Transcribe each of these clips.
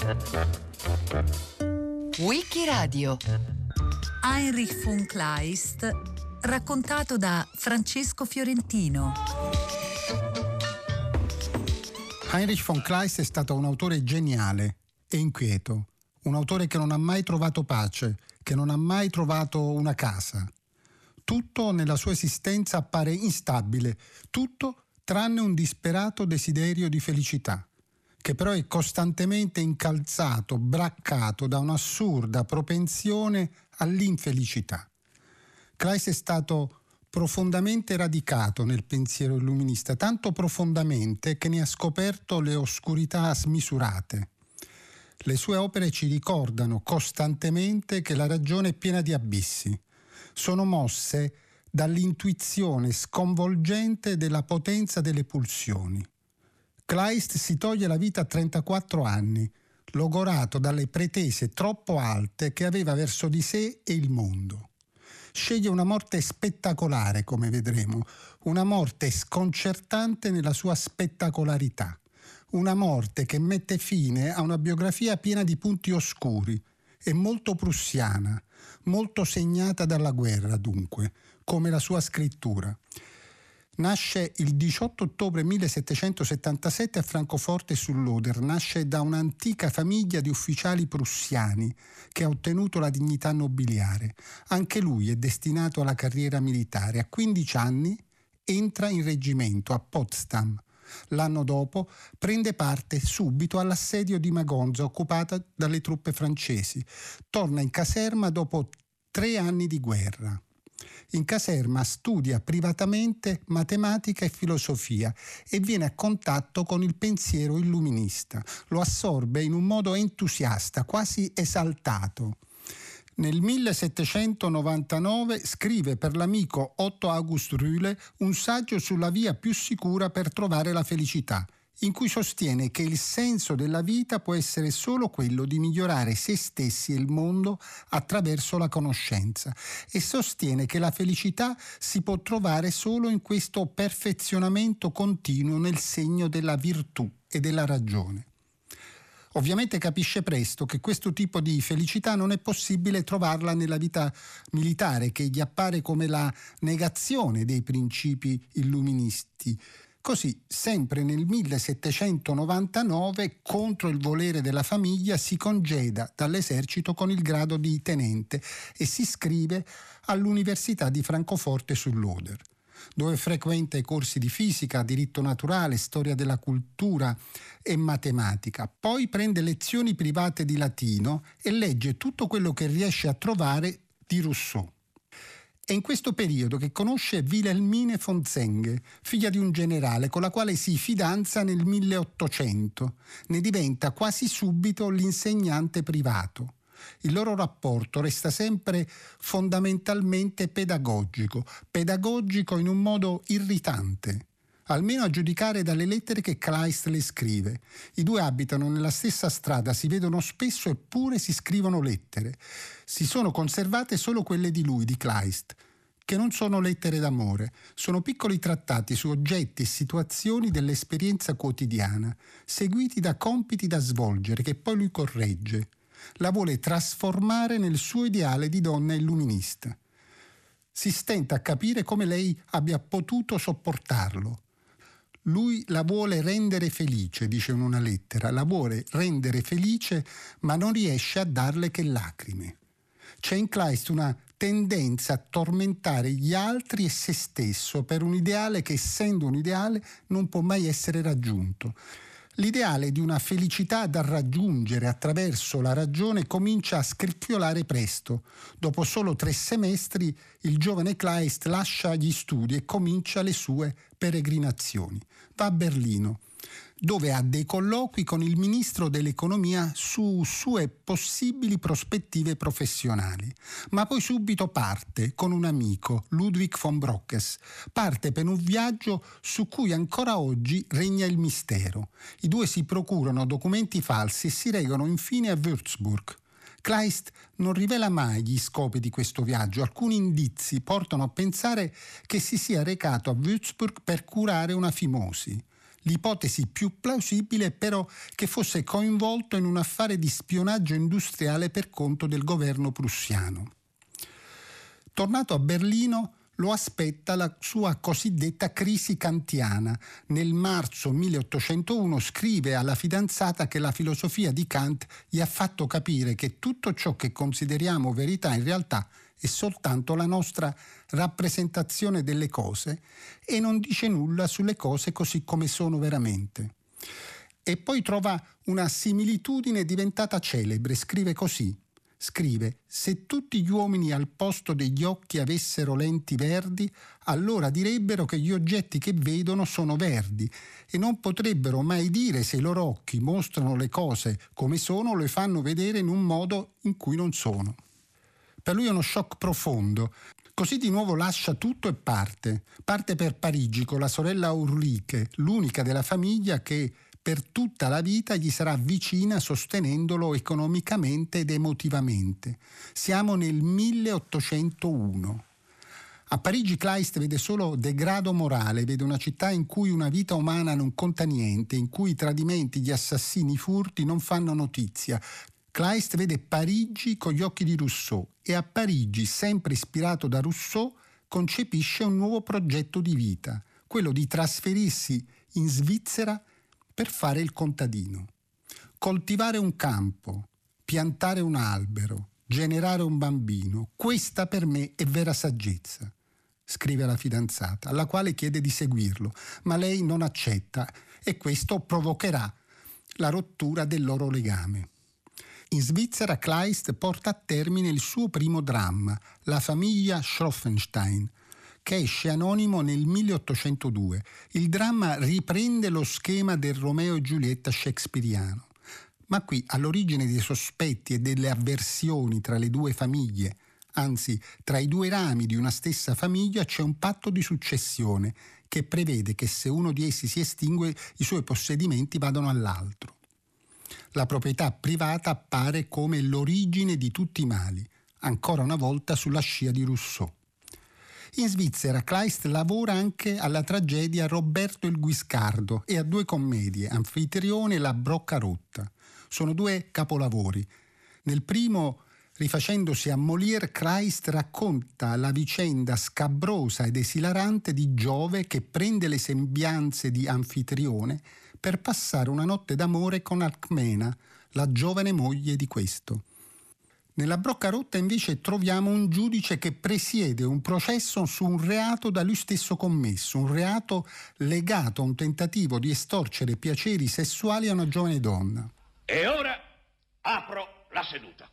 Wikiradio. Heinrich von Kleist, raccontato da Francesco Fiorentino. Heinrich von Kleist è stato un autore geniale e inquieto, un autore che non ha mai trovato pace, che non ha mai trovato una casa. Tutto nella sua esistenza appare instabile, tutto tranne un disperato desiderio di felicità, che però è costantemente incalzato, braccato da un'assurda propensione all'infelicità. Kleist è stato profondamente radicato nel pensiero illuminista, tanto profondamente che ne ha scoperto le oscurità smisurate. Le sue opere ci ricordano costantemente che la ragione è piena di abissi. Sono mosse dall'intuizione sconvolgente della potenza delle pulsioni. Kleist si toglie la vita a 34 anni, logorato dalle pretese troppo alte che aveva verso di sé e il mondo. Sceglie una morte spettacolare, come vedremo, una morte sconcertante nella sua spettacolarità, una morte che mette fine a una biografia piena di punti oscuri e molto prussiana, molto segnata dalla guerra, dunque, come la sua scrittura. Nasce il 18 ottobre 1777 a Francoforte sull'Oder. Nasce da un'antica famiglia di ufficiali prussiani che ha ottenuto la dignità nobiliare. Anche lui è destinato alla carriera militare. A 15 anni entra in reggimento a Potsdam. L'anno dopo prende parte subito all'assedio di Magonza, occupata dalle truppe francesi. Torna in caserma dopo 3 anni di guerra. In caserma studia privatamente matematica e filosofia e viene a contatto con il pensiero illuminista. Lo assorbe in un modo entusiasta, quasi esaltato. Nel 1799 scrive per l'amico Otto August Rühle un saggio sulla via più sicura per trovare la felicità, in cui sostiene che il senso della vita può essere solo quello di migliorare se stessi e il mondo attraverso la conoscenza, e sostiene che la felicità si può trovare solo in questo perfezionamento continuo nel segno della virtù e della ragione. Ovviamente capisce presto che questo tipo di felicità non è possibile trovarla nella vita militare, che gli appare come la negazione dei principi illuministi. Così, sempre nel 1799, contro il volere della famiglia, si congeda dall'esercito con il grado di tenente e si iscrive all'Università di Francoforte sull'Oder, dove frequenta i corsi di fisica, diritto naturale, storia della cultura e matematica. Poi prende lezioni private di latino e legge tutto quello che riesce a trovare di Rousseau. È in questo periodo che conosce Wilhelmine von Zenge, figlia di un generale, con la quale si fidanza nel 1800. Ne diventa quasi subito l'insegnante privato. Il loro rapporto resta sempre fondamentalmente pedagogico in un modo irritante, almeno a giudicare dalle lettere che Kleist le scrive. I due abitano nella stessa strada, si vedono spesso eppure si scrivono lettere. Si sono conservate solo quelle di lui, di Kleist, che non sono lettere d'amore, sono piccoli trattati su oggetti e situazioni dell'esperienza quotidiana, seguiti da compiti da svolgere che poi lui corregge. La vuole trasformare nel suo ideale di donna illuminista. Si stenta a capire come lei abbia potuto sopportarlo. Lui la vuole rendere felice, dice in una lettera, la vuole rendere felice, ma non riesce a darle che lacrime. C'è in Kleist una tendenza a tormentare gli altri e se stesso per un ideale che, essendo un ideale, non può mai essere raggiunto. L'ideale di una felicità da raggiungere attraverso la ragione comincia a scricchiolare presto. Dopo solo 3 semestri il giovane Kleist lascia gli studi e comincia le sue peregrinazioni. Va a Berlino, dove ha dei colloqui con il ministro dell'economia su sue possibili prospettive professionali. Ma poi subito parte con un amico, Ludwig von Brockes. Parte per un viaggio su cui ancora oggi regna il mistero. I due si procurano documenti falsi e si recano infine a Würzburg. Kleist non rivela mai gli scopi di questo viaggio. Alcuni indizi portano a pensare che si sia recato a Würzburg per curare una fimosi. L'ipotesi più plausibile è però che fosse coinvolto in un affare di spionaggio industriale per conto del governo prussiano. Tornato a Berlino, lo aspetta la sua cosiddetta crisi kantiana. Nel marzo 1801 scrive alla fidanzata che la filosofia di Kant gli ha fatto capire che tutto ciò che consideriamo verità in realtà è soltanto la nostra rappresentazione delle cose e non dice nulla sulle cose così come sono veramente. E poi trova una similitudine diventata celebre, scrive così. Scrive: se tutti gli uomini al posto degli occhi avessero lenti verdi, allora direbbero che gli oggetti che vedono sono verdi e non potrebbero mai dire se i loro occhi mostrano le cose come sono o le fanno vedere in un modo in cui non sono. Per lui è uno shock profondo. Così di nuovo lascia tutto e parte. Parte per Parigi con la sorella Ulrike, l'unica della famiglia che per tutta la vita gli sarà vicina sostenendolo economicamente ed emotivamente. Siamo nel 1801. A Parigi Kleist vede solo degrado morale, vede una città in cui una vita umana non conta niente, in cui i tradimenti, gli assassini, i furti non fanno notizia. Kleist vede Parigi con gli occhi di Rousseau e a Parigi, sempre ispirato da Rousseau, concepisce un nuovo progetto di vita, quello di trasferirsi in Svizzera per fare il contadino. Coltivare un campo, piantare un albero, generare un bambino, questa per me è vera saggezza, scrive alla fidanzata, alla quale chiede di seguirlo, ma lei non accetta e questo provocherà la rottura del loro legame. In Svizzera Kleist porta a termine il suo primo dramma, La famiglia Schroffenstein, che esce anonimo nel 1802. Il dramma riprende lo schema del Romeo e Giulietta shakespeariano, ma qui all'origine dei sospetti e delle avversioni tra le due famiglie, anzi tra i due rami di una stessa famiglia, c'è un patto di successione che prevede che se uno di essi si estingue i suoi possedimenti vadano all'altro. La proprietà privata appare come l'origine di tutti i mali, ancora una volta sulla scia di Rousseau. In Svizzera Kleist lavora anche alla tragedia Roberto il Guiscardo e a due commedie, Anfitrione e La brocca rotta. Sono due capolavori. Nel primo, rifacendosi a Molière, Kleist racconta la vicenda scabrosa ed esilarante di Giove che prende le sembianze di Anfitrione per passare una notte d'amore con Alcmena, la giovane moglie di questo. Nella brocca rotta invece troviamo un giudice che presiede un processo su un reato da lui stesso commesso, un reato legato a un tentativo di estorcere piaceri sessuali a una giovane donna. E ora apro la seduta.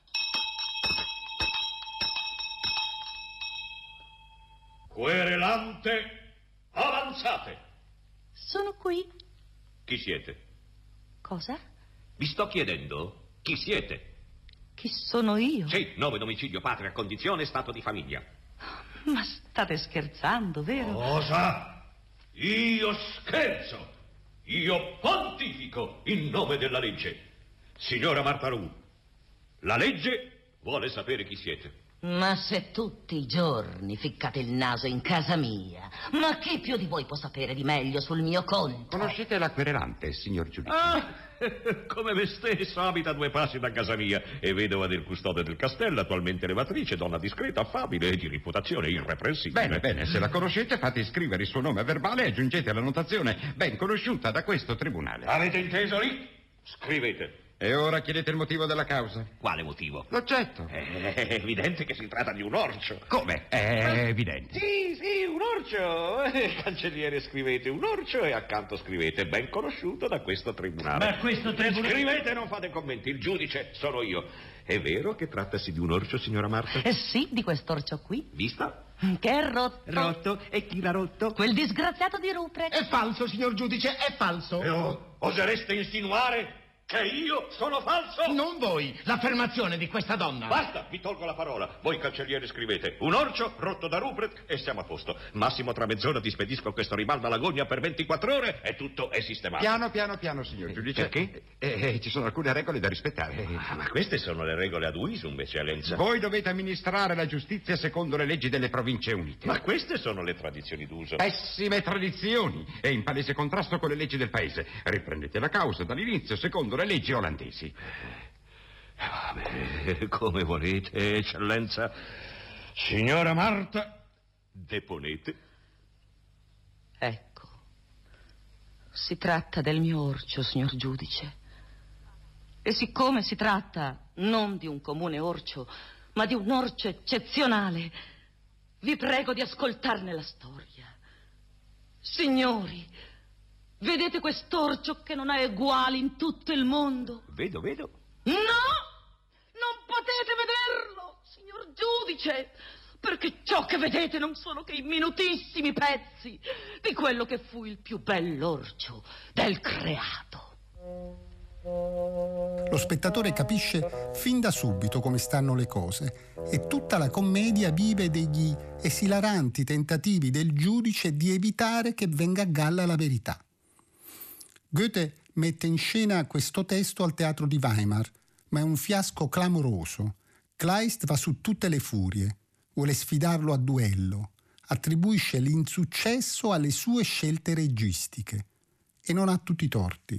Querelante, avanzate. Sono qui. Chi siete? Cosa? Vi sto chiedendo chi siete. Chi sono io? Sì, nome, domicilio, patria, condizione, stato di famiglia. Ma state scherzando, vero? Cosa? Io scherzo. Io pontifico in nome della legge. Signora Marta Ru, la legge vuole sapere chi siete. Ma se tutti i giorni ficcate il naso in casa mia, ma chi più di voi può sapere di meglio sul mio conto? Conoscete la querelante, signor giudice? Come me stesso, abita a 2 passi da casa mia, è vedova del custode del castello, attualmente levatrice, donna discreta, affabile e di reputazione irreprensibile. Bene, se la conoscete fate iscrivere il suo nome a verbale e aggiungete la notazione ben conosciuta da questo tribunale. Avete inteso lì? Scrivete. E ora chiedete il motivo della causa. Quale motivo? L'oggetto. È evidente che si tratta di un orcio. Come? È evidente. Sì, un orcio. Cancelliere, scrivete un orcio e accanto scrivete ben conosciuto da questo tribunale. Ma questo tribunale... Scrivete e non fate commenti, il giudice sono io. È vero che trattasi di un orcio, signora Marta? Sì, di quest'orcio qui. Vista? Che è rotto. Rotto? E chi l'ha rotto? Quel disgraziato di Ruprecht. È falso, signor giudice, è falso. E osereste insinuare che io sono falso? Non voi, l'affermazione di questa donna. Basta, vi tolgo la parola. Voi, cancelliere, scrivete un orcio rotto da Rupert e siamo a posto. Massimo tra mezz'ora ti spedisco questo ribaldo alla gogna per 24 ore e tutto è sistemato. Piano, signor giudice. Perché? Ci sono alcune regole da rispettare. Ma queste sono le regole ad Uisum, eccellenza. Voi dovete amministrare la giustizia secondo le leggi delle Province Unite. Ma queste sono le tradizioni d'uso. Pessime tradizioni e in palese contrasto con le leggi del paese. Riprendete la causa dall'inizio secondo le leggi olandesi. Vabbè, come volete, eccellenza. Signora Marta, deponete. Ecco. Si tratta del mio orcio, signor giudice. E siccome si tratta non di un comune orcio, ma di un orcio eccezionale, vi prego di ascoltarne la storia. Signori, vedete quest'orcio che non ha eguali in tutto il mondo? Vedo. No! Non potete vederlo, signor giudice, perché ciò che vedete non sono che i minutissimi pezzi di quello che fu il più bell'orcio del creato. Lo spettatore capisce fin da subito come stanno le cose e tutta la commedia vive degli esilaranti tentativi del giudice di evitare che venga a galla la verità. Goethe mette in scena questo testo al teatro di Weimar, ma è un fiasco clamoroso. Kleist va su tutte le furie, vuole sfidarlo a duello, attribuisce l'insuccesso alle sue scelte registiche e non ha tutti i torti.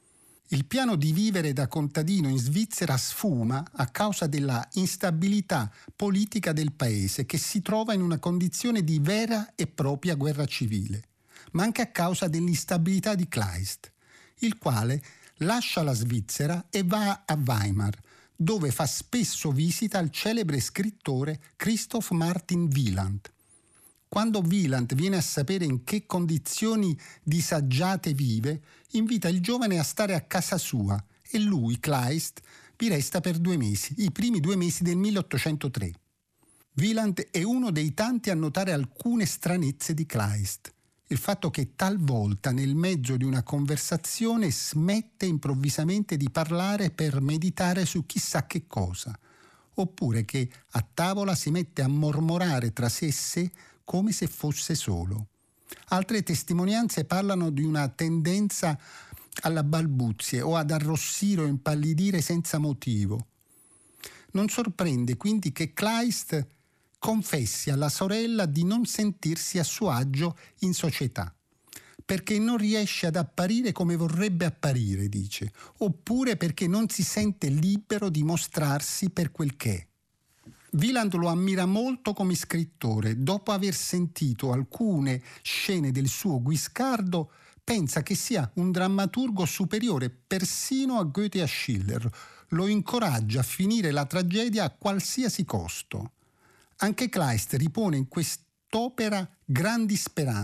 Il piano di vivere da contadino in Svizzera sfuma a causa della instabilità politica del paese che si trova in una condizione di vera e propria guerra civile, ma anche a causa dell'instabilità di Kleist, il quale lascia la Svizzera e va a Weimar, dove fa spesso visita al celebre scrittore Christoph Martin Wieland. Quando Wieland viene a sapere in che condizioni disagiate vive, invita il giovane a stare a casa sua e lui, Kleist, vi resta per 2 mesi, i primi 2 mesi del 1803. Wieland è uno dei tanti a notare alcune stranezze di Kleist. Il fatto che talvolta nel mezzo di una conversazione smette improvvisamente di parlare per meditare su chissà che cosa, oppure che a tavola si mette a mormorare tra sé e sé come se fosse solo. Altre testimonianze parlano di una tendenza alla balbuzie o ad arrossire o impallidire senza motivo. Non sorprende quindi che Kleist confessi alla sorella di non sentirsi a suo agio in società, perché non riesce ad apparire come vorrebbe apparire, dice, oppure perché non si sente libero di mostrarsi per quel che è. Wieland lo ammira molto come scrittore. Dopo aver sentito alcune scene del suo Guiscardo, pensa che sia un drammaturgo superiore persino a Goethe e a Schiller. Lo incoraggia a finire la tragedia a qualsiasi costo. Anche Kleist ripone in quest'opera grandi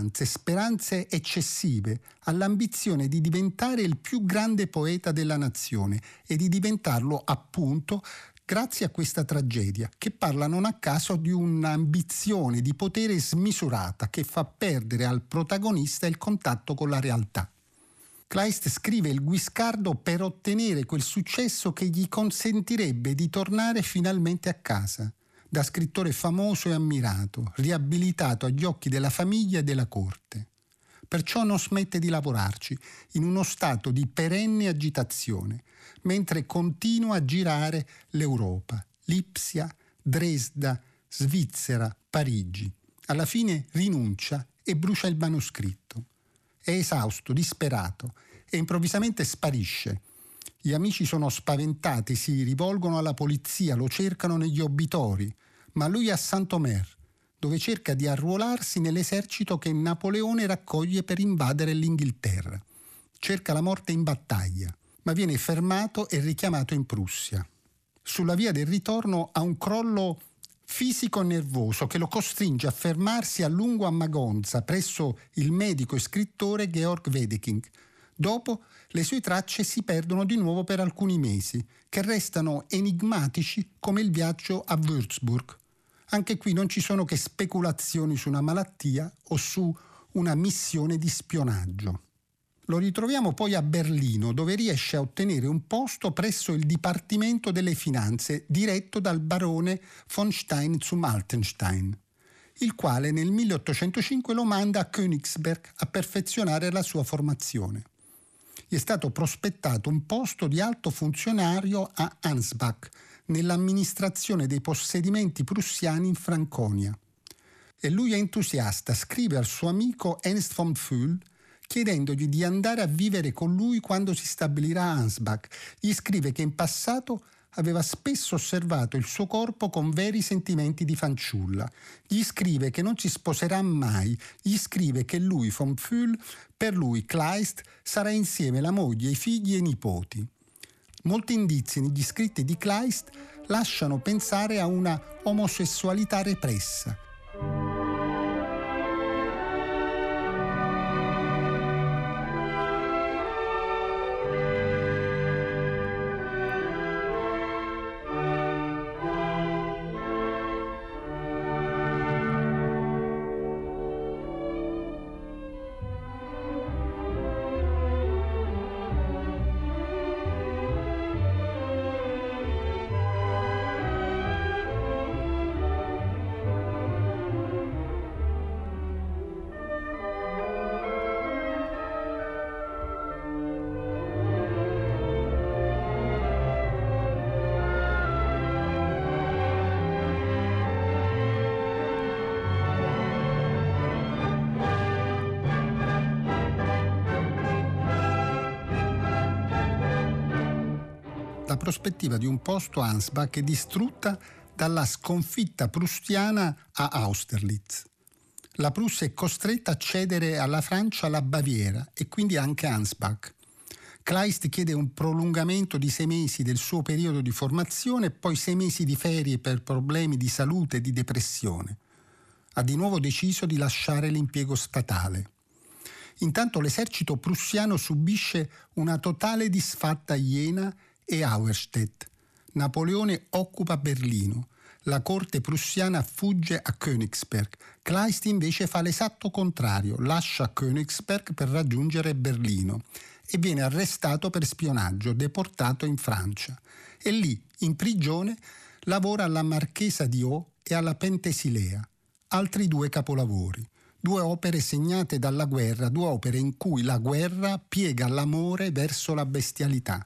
speranze eccessive, all'ambizione di diventare il più grande poeta della nazione e di diventarlo appunto grazie a questa tragedia, che parla non a caso di un'ambizione di potere smisurata che fa perdere al protagonista il contatto con la realtà. Kleist scrive il Guiscardo per ottenere quel successo che gli consentirebbe di tornare finalmente a casa, da scrittore famoso e ammirato, riabilitato agli occhi della famiglia e della corte. Perciò non smette di lavorarci, in uno stato di perenne agitazione, mentre continua a girare l'Europa, Lipsia, Dresda, Svizzera, Parigi. Alla fine rinuncia e brucia il manoscritto. È esausto, disperato e improvvisamente sparisce. Gli amici sono spaventati, si rivolgono alla polizia, lo cercano negli obitori, ma lui è a Saint-Omer, dove cerca di arruolarsi nell'esercito che Napoleone raccoglie per invadere l'Inghilterra. Cerca la morte in battaglia, ma viene fermato e richiamato in Prussia. Sulla via del ritorno ha un crollo fisico e nervoso che lo costringe a fermarsi a lungo a Magonza presso il medico e scrittore Georg Wedekind. Dopo le sue tracce si perdono di nuovo per alcuni mesi, che restano enigmatici come il viaggio a Würzburg. Anche qui non ci sono che speculazioni su una malattia o su una missione di spionaggio. Lo ritroviamo poi a Berlino, dove riesce a ottenere un posto presso il Dipartimento delle Finanze, diretto dal barone von Stein zum Altenstein, il quale nel 1805 lo manda a Königsberg a perfezionare la sua formazione. Gli è stato prospettato un posto di alto funzionario a Ansbach, nell'amministrazione dei possedimenti prussiani in Franconia. E lui è entusiasta, scrive al suo amico Ernst von Pfuel chiedendogli di andare a vivere con lui quando si stabilirà a Ansbach. Gli scrive che in passato aveva spesso osservato il suo corpo con veri sentimenti di fanciulla. Gli scrive che non si sposerà mai. Gli scrive che lui, von Pfuel, per lui, Kleist, sarà insieme la moglie, i figli e i nipoti. Molti indizi negli scritti di Kleist lasciano pensare a una omosessualità repressa. La prospettiva di un posto a Ansbach è distrutta dalla sconfitta prussiana a Austerlitz. La Prussia è costretta a cedere alla Francia la Baviera e quindi anche Ansbach. Kleist chiede un prolungamento di 6 mesi del suo periodo di formazione e poi 6 mesi di ferie per problemi di salute e di depressione. Ha di nuovo deciso di lasciare l'impiego statale. Intanto l'esercito prussiano subisce una totale disfatta a Jena e Auerstedt. Napoleone occupa Berlino. La corte prussiana fugge a Königsberg. Kleist invece fa l'esatto contrario, lascia Königsberg per raggiungere Berlino e viene arrestato per spionaggio, deportato in Francia. E lì, in prigione, lavora alla Marchesa di O e alla Penthesilea. Altri 2 capolavori. 2 opere segnate dalla guerra, 2 opere in cui la guerra piega l'amore verso la bestialità.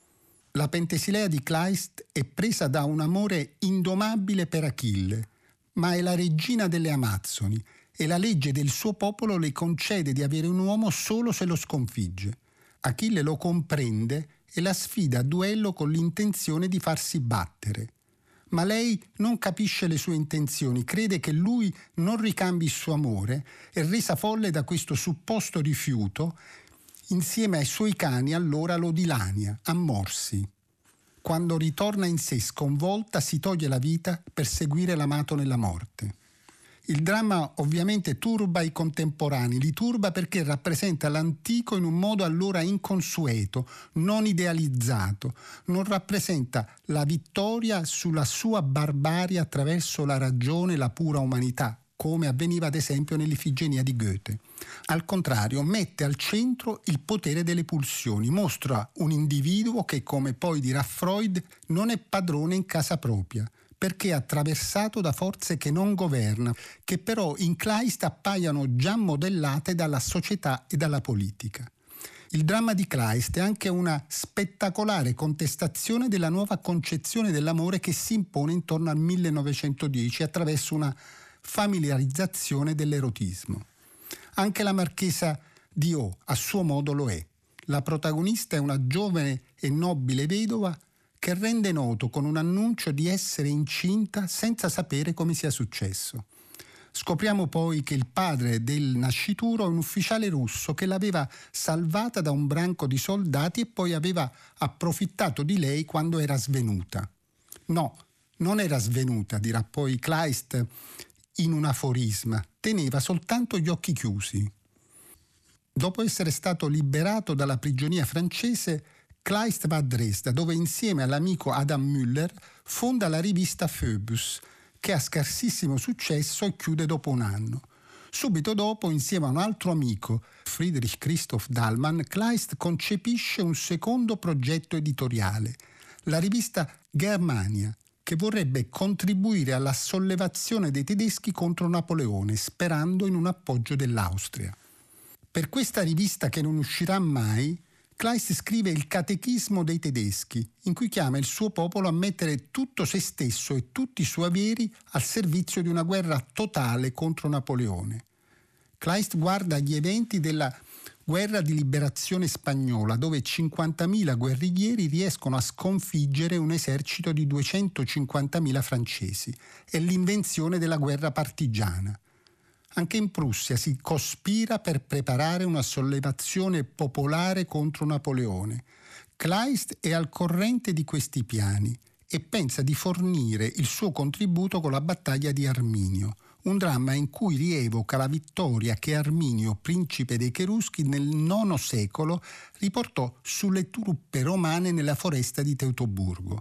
La Penthesilea di Kleist è presa da un amore indomabile per Achille, ma è la regina delle Amazzoni e la legge del suo popolo le concede di avere un uomo solo se lo sconfigge. Achille lo comprende e la sfida a duello con l'intenzione di farsi battere. Ma lei non capisce le sue intenzioni, crede che lui non ricambi il suo amore e, resa folle da questo supposto rifiuto, insieme ai suoi cani allora lo dilania a morsi. Quando ritorna in sé sconvolta si toglie la vita per seguire l'amato nella morte. Il dramma ovviamente turba i contemporanei, li turba perché rappresenta l'antico in un modo allora inconsueto, non idealizzato, non rappresenta la vittoria sulla sua barbarie attraverso la ragione e la pura umanità, come avveniva ad esempio nell'Ifigenia di Goethe. Al contrario, mette al centro il potere delle pulsioni, mostra un individuo che, come poi dirà Freud, non è padrone in casa propria, perché è attraversato da forze che non governa, che però in Kleist appaiono già modellate dalla società e dalla politica. Il dramma di Kleist è anche una spettacolare contestazione della nuova concezione dell'amore che si impone intorno al 1910 attraverso una familiarizzazione dell'erotismo. Anche la Marchesa di O, a suo modo, lo è. La protagonista è una giovane e nobile vedova che rende noto con un annuncio di essere incinta senza sapere come sia successo. Scopriamo poi che il padre del nascituro è un ufficiale russo che l'aveva salvata da un branco di soldati e poi aveva approfittato di lei quando era svenuta. No, non era svenuta, dirà poi Kleist in un aforisma, teneva soltanto gli occhi chiusi. Dopo essere stato liberato dalla prigionia francese, Kleist va a Dresda, dove insieme all'amico Adam Müller fonda la rivista Phoebus, che ha scarsissimo successo e chiude dopo un anno. Subito dopo, insieme a un altro amico, Friedrich Christoph Dahlmann, Kleist concepisce un secondo progetto editoriale, la rivista Germania, che vorrebbe contribuire alla sollevazione dei tedeschi contro Napoleone, sperando in un appoggio dell'Austria. Per questa rivista, che non uscirà mai, Kleist scrive il Catechismo dei tedeschi, in cui chiama il suo popolo a mettere tutto se stesso e tutti i suoi averi al servizio di una guerra totale contro Napoleone. Kleist guarda gli eventi della guerra di liberazione spagnola, dove 50.000 guerriglieri riescono a sconfiggere un esercito di 250.000 francesi, e l'invenzione della guerra partigiana. Anche in Prussia si cospira per preparare una sollevazione popolare contro Napoleone. Kleist è al corrente di questi piani e pensa di fornire il suo contributo con la battaglia di Arminio, un dramma in cui rievoca la vittoria che Arminio, principe dei Cheruschi, nel IX secolo riportò sulle truppe romane nella foresta di Teutoburgo.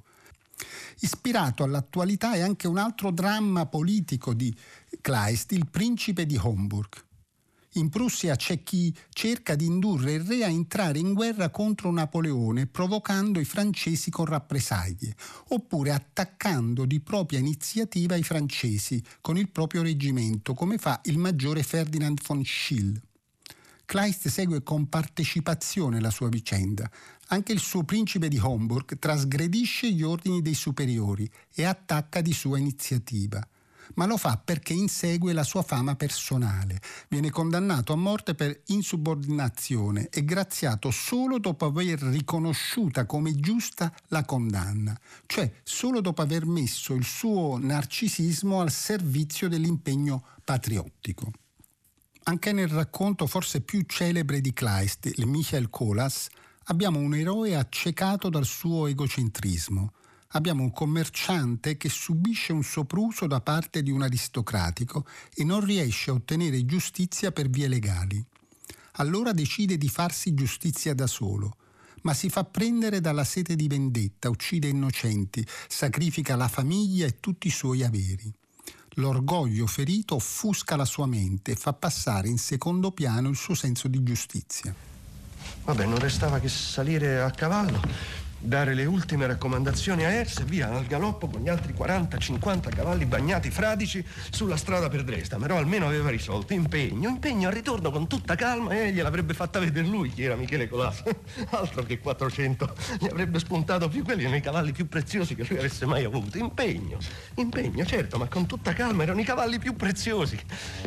Ispirato all'attualità è anche un altro dramma politico di Kleist, Il principe di Homburg. In Prussia c'è chi cerca di indurre il re a entrare in guerra contro Napoleone, provocando i francesi con rappresaglie, oppure attaccando di propria iniziativa i francesi con il proprio reggimento, come fa il maggiore Ferdinand von Schill. Kleist segue con partecipazione la sua vicenda. Anche il suo principe di Homburg trasgredisce gli ordini dei superiori e attacca di sua iniziativa. Ma lo fa perché insegue la sua fama personale. Viene condannato a morte per insubordinazione e graziato solo dopo aver riconosciuta come giusta la condanna, cioè solo dopo aver messo il suo narcisismo al servizio dell'impegno patriottico. Anche nel racconto forse più celebre di Kleist, il Michael Kolas, abbiamo un eroe accecato dal suo egocentrismo. Abbiamo un commerciante che subisce un sopruso da parte di un aristocratico e non riesce a ottenere giustizia per vie legali. Allora decide di farsi giustizia da solo, ma si fa prendere dalla sete di vendetta, uccide innocenti, sacrifica la famiglia e tutti i suoi averi. L'orgoglio ferito offusca la sua mente e fa passare in secondo piano il suo senso di giustizia. Vabbè, non restava che salire a cavallo, dare le ultime raccomandazioni a Herz e via al galoppo con gli altri 40-50 cavalli bagnati fradici sulla strada per Dresda. Però almeno aveva risolto. Impegno al ritorno con tutta calma, e gliel'avrebbe fatta vedere lui chi era Michele Colas. Altro che 400, gli avrebbe spuntato più quelli erano i cavalli più preziosi che lui avesse mai avuto. Impegno, certo, ma con tutta calma, erano i cavalli più preziosi.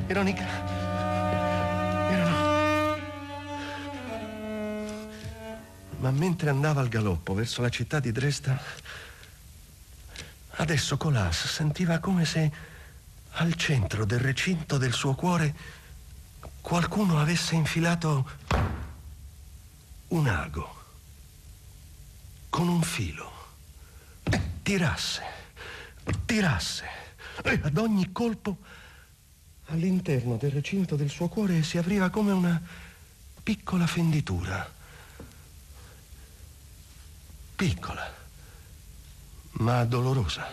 Ma mentre andava al galoppo verso la città di Dresda, adesso Colas sentiva come se al centro del recinto del suo cuore qualcuno avesse infilato un ago con un filo. Tirasse e ad ogni colpo all'interno del recinto del suo cuore si apriva come una piccola fenditura. Piccola, ma dolorosa.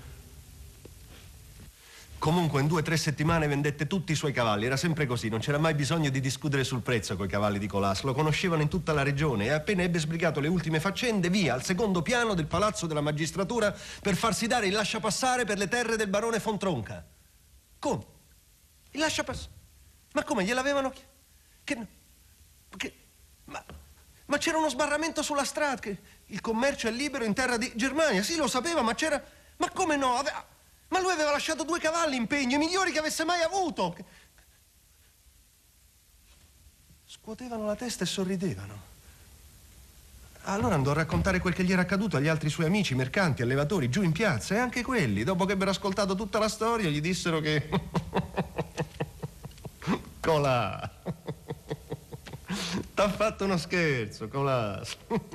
Comunque in 2 o 3 settimane vendette tutti i suoi cavalli. Era sempre così, non c'era mai bisogno di discutere sul prezzo coi cavalli di Colas. Lo conoscevano in tutta la regione e appena ebbe sbrigato le ultime faccende, via al secondo piano del palazzo della magistratura per farsi dare il lasciapassare per le terre del barone von Tronca. Come? Il lasciapassare? Ma come, gliel'avevano... Ma c'era uno sbarramento sulla strada, che il commercio è libero in terra di Germania. Sì, lo sapeva, ma c'era... Ma come no? Ma lui aveva lasciato 2 cavalli in pegno, i migliori che avesse mai avuto. Scuotevano la testa e sorridevano. Allora andò a raccontare quel che gli era accaduto agli altri suoi amici, mercanti, allevatori, giù in piazza. E anche quelli, dopo che ebbero ascoltato tutta la storia, gli dissero che... Colà! T'ha fatto uno scherzo, Colas.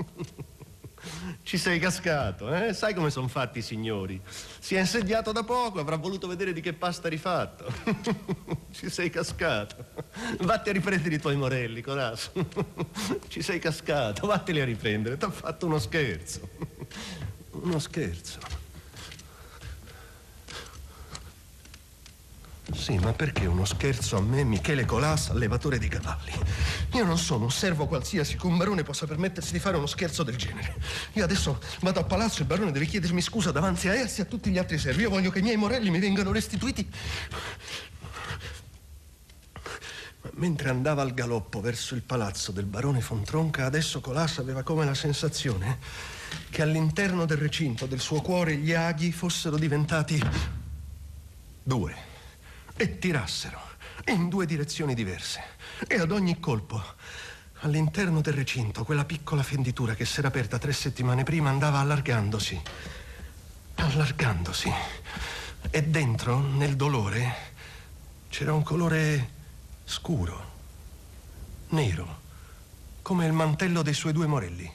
Ci sei cascato, eh? Sai come sono fatti i signori. Si è insediato da poco, avrà voluto vedere di che pasta rifatto. Ci sei cascato. Vatti a riprendere i tuoi morelli, Colas. Ci sei cascato, vatteli a riprendere. T'ha fatto uno scherzo. Uno scherzo. Sì, ma perché uno scherzo a me, Michele Colas, allevatore di cavalli? Io non sono un servo qualsiasi che un barone possa permettersi di fare uno scherzo del genere. Io adesso vado a palazzo e il barone deve chiedermi scusa davanti a essi e a tutti gli altri servi. Io voglio che i miei morelli mi vengano restituiti. Ma mentre andava al galoppo verso il palazzo del barone von Tronca, adesso Colas aveva come la sensazione che all'interno del recinto del suo cuore gli aghi fossero diventati 2 e tirassero in 2 direzioni diverse. E ad ogni colpo, all'interno del recinto, quella piccola fenditura che s'era aperta 3 settimane prima andava allargandosi. E dentro, nel dolore, c'era un colore scuro, nero, come il mantello dei suoi 2 morelli.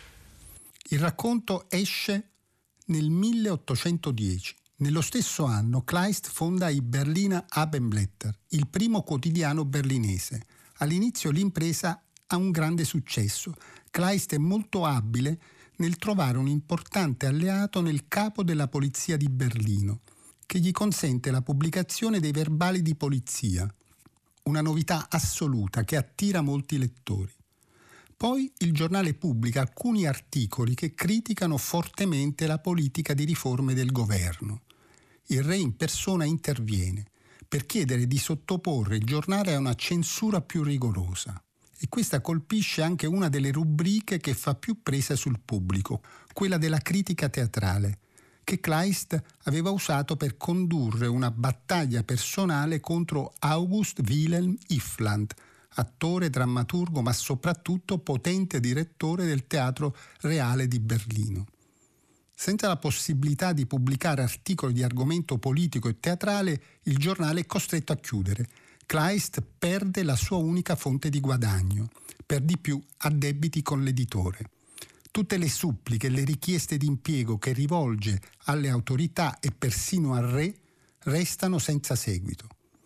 Il racconto esce nel 1810. Nello stesso anno Kleist fonda i Berliner Abendblätter, il primo quotidiano berlinese. All'inizio l'impresa ha un grande successo. Kleist è molto abile nel trovare un importante alleato nel capo della polizia di Berlino, che gli consente la pubblicazione dei verbali di polizia, una novità assoluta che attira molti lettori. Poi il giornale pubblica alcuni articoli che criticano fortemente la politica di riforme del governo. Il re in persona interviene per chiedere di sottoporre il giornale a una censura più rigorosa. E questa colpisce anche una delle rubriche che fa più presa sul pubblico, quella della critica teatrale, che Kleist aveva usato per condurre una battaglia personale contro August Wilhelm Iffland, attore, drammaturgo, ma soprattutto potente direttore del Teatro Reale di Berlino. Senza la possibilità di pubblicare articoli di argomento politico e teatrale, il giornale è costretto a chiudere. Kleist perde la sua unica fonte di guadagno, per di più ha debiti con l'editore. Tutte le suppliche e le richieste di impiego che rivolge alle autorità e persino al re restano senza seguito.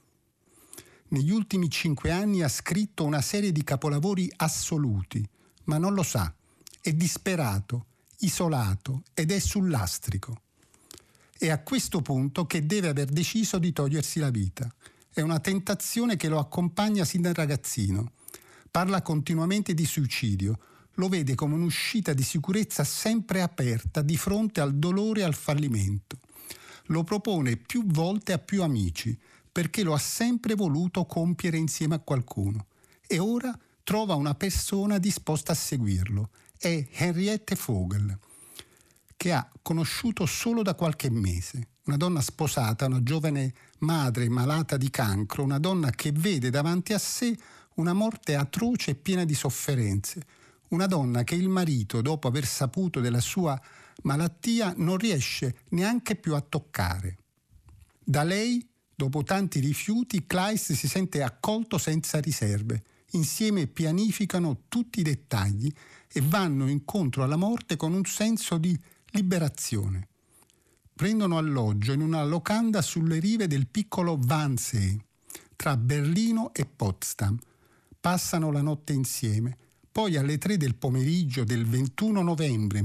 Negli ultimi 5 anni ha scritto una serie di capolavori assoluti, ma non lo sa, è disperato, isolato ed è sul lastrico. È a questo punto che deve aver deciso di togliersi la vita. È una tentazione che lo accompagna sin da ragazzino. Parla continuamente di suicidio, lo vede come un'uscita di sicurezza sempre aperta di fronte al dolore e al fallimento. Lo propone più volte a più amici, perché lo ha sempre voluto compiere insieme a qualcuno. E ora trova una persona disposta a seguirlo. È Henriette Vogel, che ha conosciuto solo da qualche mese. Una donna sposata, una giovane madre malata di cancro, una donna che vede davanti a sé una morte atroce e piena di sofferenze. Una donna che il marito, dopo aver saputo della sua malattia, non riesce neanche più a toccare. Da lei, dopo tanti rifiuti, Kleist si sente accolto senza riserve. Insieme pianificano tutti i dettagli e vanno incontro alla morte con un senso di liberazione. Prendono alloggio in una locanda sulle rive del piccolo Wannsee, tra Berlino e Potsdam. Passano la notte insieme. Poi alle 3 del pomeriggio del 21 novembre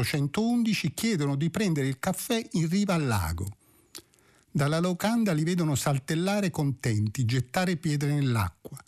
1811 chiedono di prendere il caffè in riva al lago. Dalla locanda li vedono saltellare contenti, gettare pietre nell'acqua.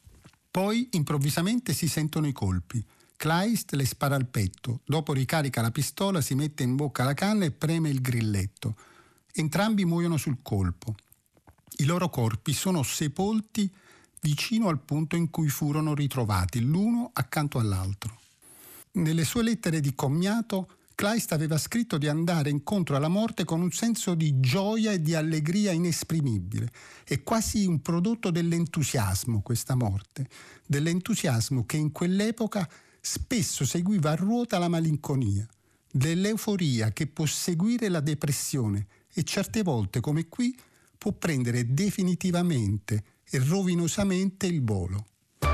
Poi improvvisamente si sentono i colpi. Kleist le spara al petto, dopo ricarica la pistola, si mette in bocca la canna e preme il grilletto. Entrambi muoiono sul colpo. I loro corpi sono sepolti vicino al punto in cui furono ritrovati, l'uno accanto all'altro. Nelle sue lettere di commiato, Kleist aveva scritto di andare incontro alla morte con un senso di gioia e di allegria inesprimibile. È quasi un prodotto dell'entusiasmo, questa morte, dell'entusiasmo che in quell'epoca spesso seguiva a ruota la malinconia, dell'euforia che può seguire la depressione e certe volte, come qui, può prendere definitivamente e rovinosamente il volo.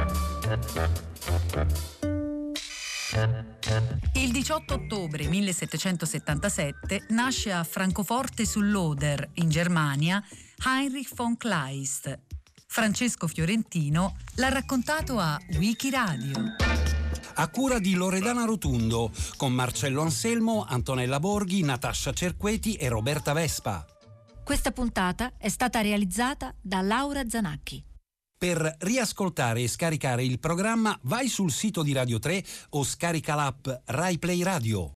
Il 18 ottobre 1777 nasce a Francoforte sull'Oder, in Germania, Heinrich von Kleist. Francesco Fiorentino l'ha raccontato a Wikiradio. A cura di Loredana Rotundo, con Marcello Anselmo, Antonella Borghi, Natascia Cerqueti e Roberta Vespa. Questa puntata è stata realizzata da Laura Zanacchi. Per riascoltare e scaricare il programma vai sul sito di Radio 3 o scarica l'app Rai Play Radio.